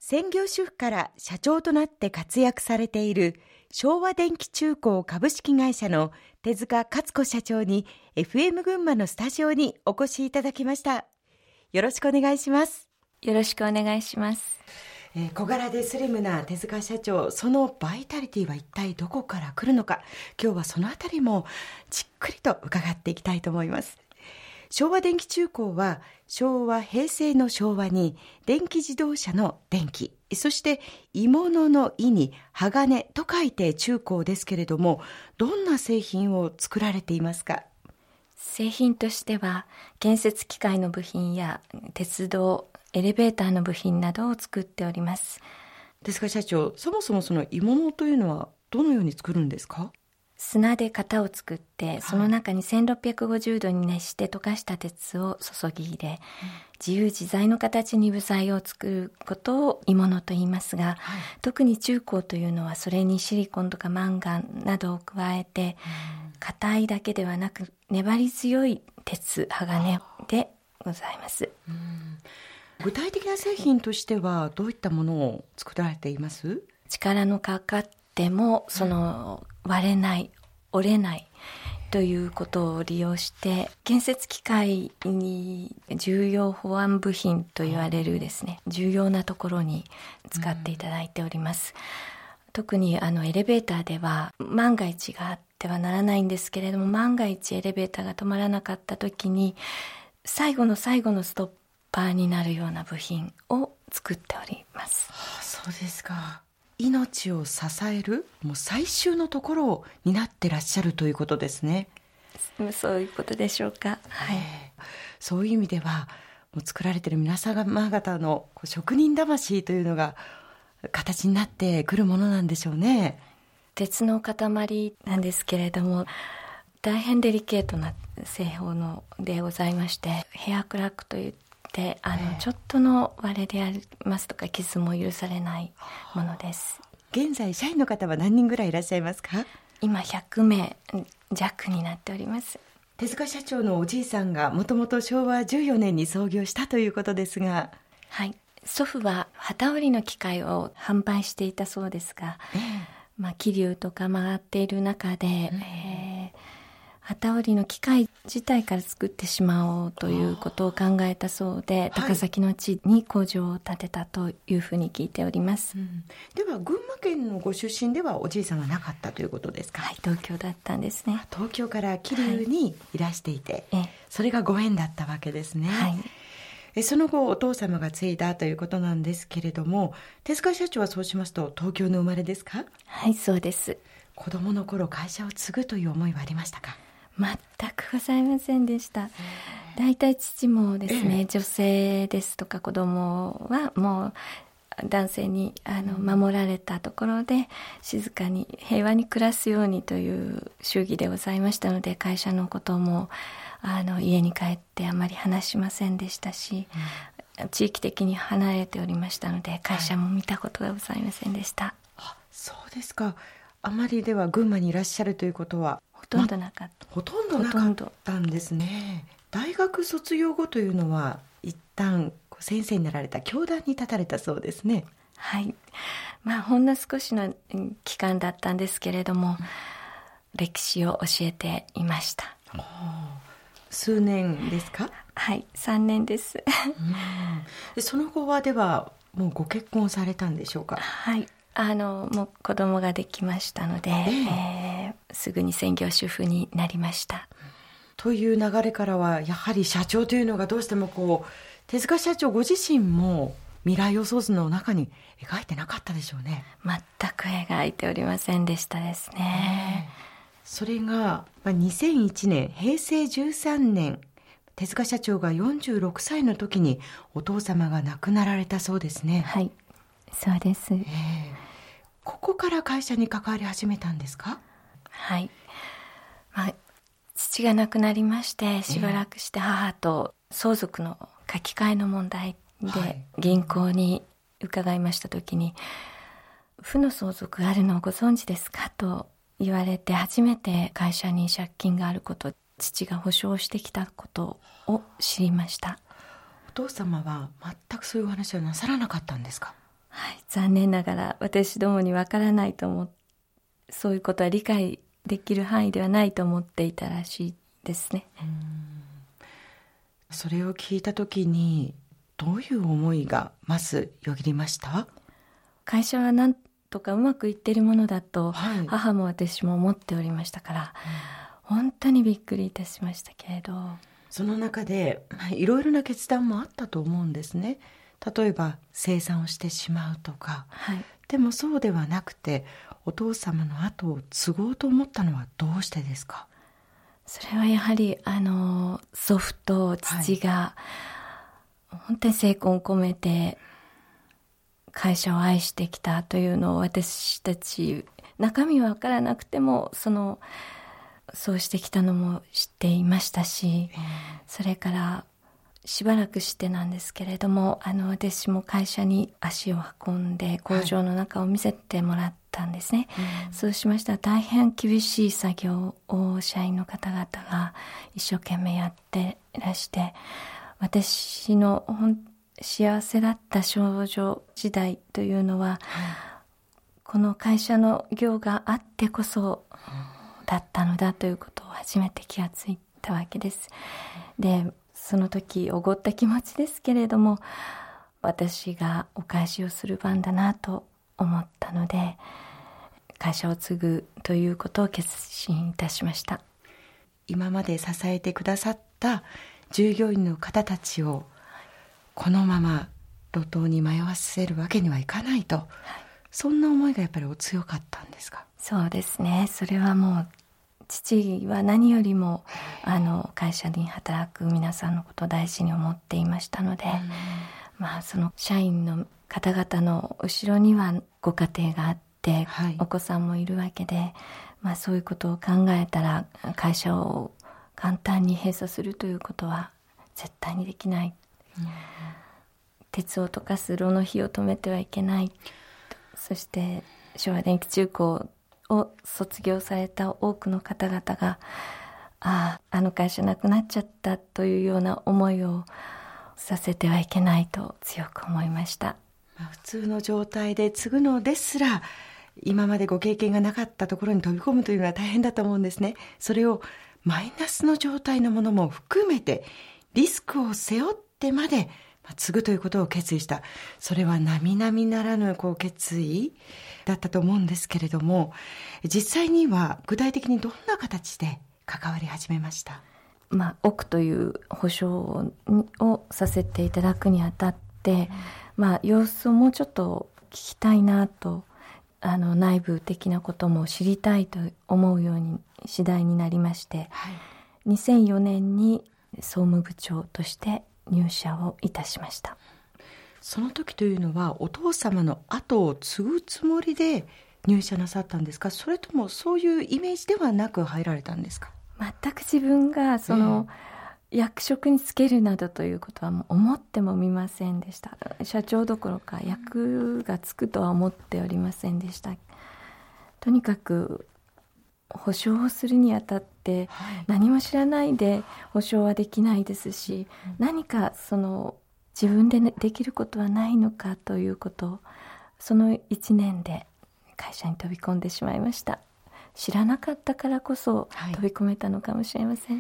専業主婦から社長となって活躍されている昭和電機中工株式会社の手塚勝子社長に FM 群馬のスタジオにお越しいただきました。よろしくお願いします。 よろしくお願いします。 小柄でスリムな手塚社長、そのバイタリティは一体どこから来るのか、今日はそのあたりもじっくりと伺っていきたいと思います。昭和電機中工は昭和平成の昭和に電気自動車の電気、そして鋳物の鋳に鋼と書いて中工ですけれども、どんな製品を作られていますか？ 製品としては建設機械の部品や鉄道エレベーターの部品などを作っております。 ですが社長、そもそもその鋳物というのはどのように作るんですか？ 砂で型を作って、その中に1650度に熱して溶かした鉄を注ぎ入れ、自由自在の形に部材を作ることを鋳物と言いますが、特に中工というのはそれにシリコンとかマンガンなどを加えて、硬いだけではなく粘り強い鉄、鋼でございます。 具体的な製品としてはどういったものを作られています？ 力のかかっても割れない、折れないということを利用して、建設機械に重要保安部品と言われるですね、重要なところに使っていただいております。特にエレベーターでは万が一があってはならないんですけれども、万が一エレベーターが止まらなかった時に最後の最後のストッパーになるような部品を作っております。 そうですか。命を支えるもう最終のところを担ってらっしゃるということですね。 そういうことでしょうか。はい。 そういう意味ではもう作られている皆様方の職人魂というのが形になってくるものなんでしょうね。 鉄の塊なんですけれども、大変デリケートな製法でございまして、ヘアクラックといってちょっとの割れでありますとか傷も許されないものです。 現在社員の方は何人ぐらいいらっしゃいますか？ 今100名弱になっております。 手塚社長のおじいさんがもともと昭和14年に創業したということですが、 はい、祖父は機織りの機械を販売していたそうですが、気流とか曲がっている中で、機織りの機械自体から作ってしまおうということを考えたそうで、高崎の地に工場を建てたというふうに聞いております。 では群馬県のご出身ではおじいさんはなかったということですか？ はい、東京だったんですね。 東京から桐生にいらしていて、それがご縁だったわけですね。その後お父様が継いだということなんですけれども、手塚社長はそうしますと東京の生まれですか？ はい、そうです。 子供の頃会社を継ぐという思いはありましたか？ 全くございませんでした。大体父もですね、女性ですとか子供はもう男性に守られたところで静かに平和に暮らすようにという主義でございましたので、会社のことも家に帰ってあまり話しませんでしたし、地域的に離れておりましたので会社も見たことがございませんでした。 そうですか。あまりでは群馬にいらっしゃるということはほとんどなかった。 ほとんどなかったんですね。大学卒業後というのは一旦先生になられた教壇に立たれたそうですね。 はい。ほんの少しの期間だったんですけれども、歴史を教えていました。 数年ですか？ はい、3年です。 でその後はではもうご結婚されたんでしょうか？ はい。もう子供ができましたので、すぐに専業主婦になりました。 という流れからはやはり社長というのがどうしても手塚社長ご自身も未来予想図の中に描いてなかったでしょうね。 全く描いておりませんでしたですね。 それが2001年平成13年手塚社長が46歳の時にお父様が亡くなられたそうですね。 はい、そうです。 ここから会社に関わり始めたんですか？ はい。父が亡くなりましてしばらくして母と相続の書き換えの問題で銀行に伺いましたときに、負の相続があるのをご存知ですかと言われて、初めて会社に借金があること、父が保証してきたことを知りました。 お父様は全くそういうお話はなさらなかったんですか？ 残念ながら私どもにわからないと思って、そういうことは理解できる範囲ではないと思っていたらしいですね。 それを聞いたときにどういう思いがまずよぎりました？ 会社はなんとかうまくいっているものだと、母も私も思っておりましたから、本当にびっくりいたしましたけれど、 その中でいろいろな決断もあったと思うんですね。例えば清算をしてしまうとか、でもそうではなくてお父様の後を継ごうと思ったのはどうしてですか？ それはやはり祖父と父が本当に精魂込めて会社を愛してきたというのを、私たち中身は分からなくてもそうしてきたのも知っていましたし、それからしばらくしてなんですけれども、私も会社に足を運んで工場の中を見せてもらったんですね。そうしましたら大変厳しい作業を社員の方々が一生懸命やっていらして、私の幸せだった少女時代というのは、この会社の業があってこそだったのだということを初めて気がついたわけです。で、その時おごった気持ちですけれども、私がお返しをする番だなと思ったので、会社を継ぐということを決心いたしました。 今まで支えてくださった従業員の方たちをこのまま路頭に迷わせるわけにはいかないと、そんな思いがやっぱりお強かったんですか？ そうですね。それはもう父は何よりも会社に働く皆さんのことを大事に思っていましたので、その社員の方々の後ろにはご家庭があって、お子さんもいるわけで、そういうことを考えたら会社を簡単に閉鎖するということは絶対にできない、鉄を溶かす炉の火を止めてはいけない。そして昭和電機中高を卒業された多くの方々が、あの会社なくなっちゃったというような思いをさせてはいけないと強く思いました。 普通の状態で継ぐのですら、今までご経験がなかったところに飛び込むというのは大変だと思うんですね。それをマイナスの状態のものも含めてリスクを背負ってまで継ぐということを決意した。それは並々ならぬ決意だったと思うんですけれども、実際には具体的にどんな形で関わり始めました？ 億という保証をさせていただくにあたって、様子をもうちょっと聞きたいなと、内部的なことも知りたいと思うように次第になりまして、2004年に総務部長として入社をいたしました。 その時というのはお父様の後を継ぐつもりで入社なさったんですか？それともそういうイメージではなく入られたんですか？ 全く自分が役職に就けるなどということはもう思ってもみませんでした。社長どころか役がつくとは思っておりませんでした。とにかく保証をするにあたって何も知らないで保証はできないですし、何か自分でできることはないのかということを、その1年で会社に飛び込んでしまいました。知らなかったからこそ飛び込めたのかもしれません。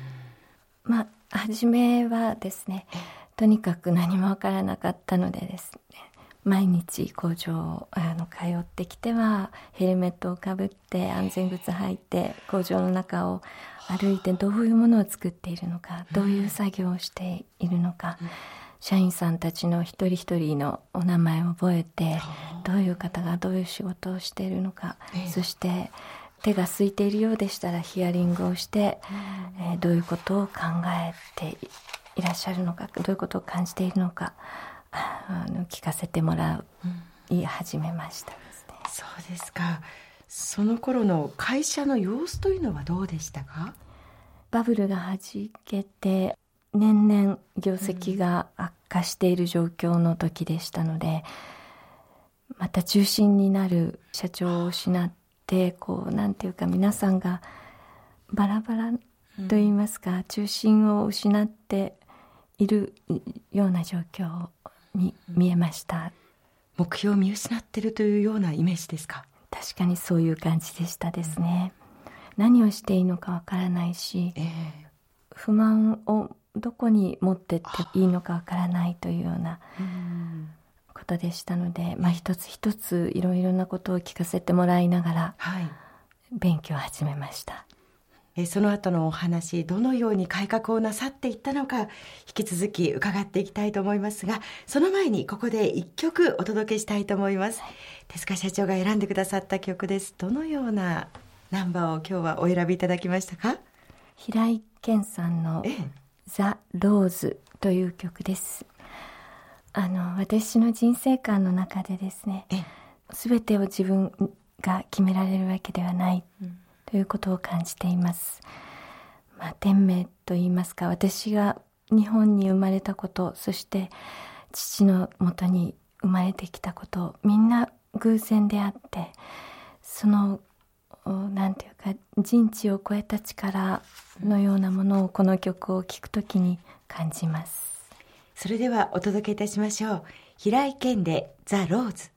初めはですね、とにかく何もわからなかったのでですね、毎日工場通ってきてはヘルメットをかぶって安全靴履いて工場の中を歩いて、どういうものを作っているのか、どういう作業をしているのか、社員さんたちの一人一人のお名前を覚えて、どういう方がどういう仕事をしているのか、そして手が空いているようでしたらヒアリングをして、どういうことを考えていらっしゃるのか、どういうことを感じているのか聞かせてもらい始めましたですね。 そうですか。その頃の会社の様子というのはどうでしたか？ バブルがはじけて年々業績が悪化している状況の時でしたので、また中心になる社長を失って、なんていうか皆さんがバラバラといいますか、中心を失っているような状況に見えました。 目標を見失っているというようなイメージですか？ 確かにそういう感じでしたですね。何をしていいのかわからないし、不満をどこに持ってっていいのかわからないというようなことでしたので、一つ一ついろいろなことを聞かせてもらいながら勉強を始めました。 その後のお話、どのように改革をなさっていったのか、引き続き伺っていきたいと思いますが、その前にここで一曲お届けしたいと思います。手塚社長が選んでくださった曲です。どのようなナンバーを今日はお選びいただきましたか？ 平井堅さんのザ・ローズという曲です。私の人生観の中でですね、全てを自分が決められるわけではないということを感じています。天命といいますか、私が日本に生まれたこと、そして父のもとに生まれてきたこと、みんな偶然であって、そのなんていうか人知を超えた力のようなものをこの曲を聴くときに感じます。 それではお届けいたしましょう。平井堅でザ・ローズ。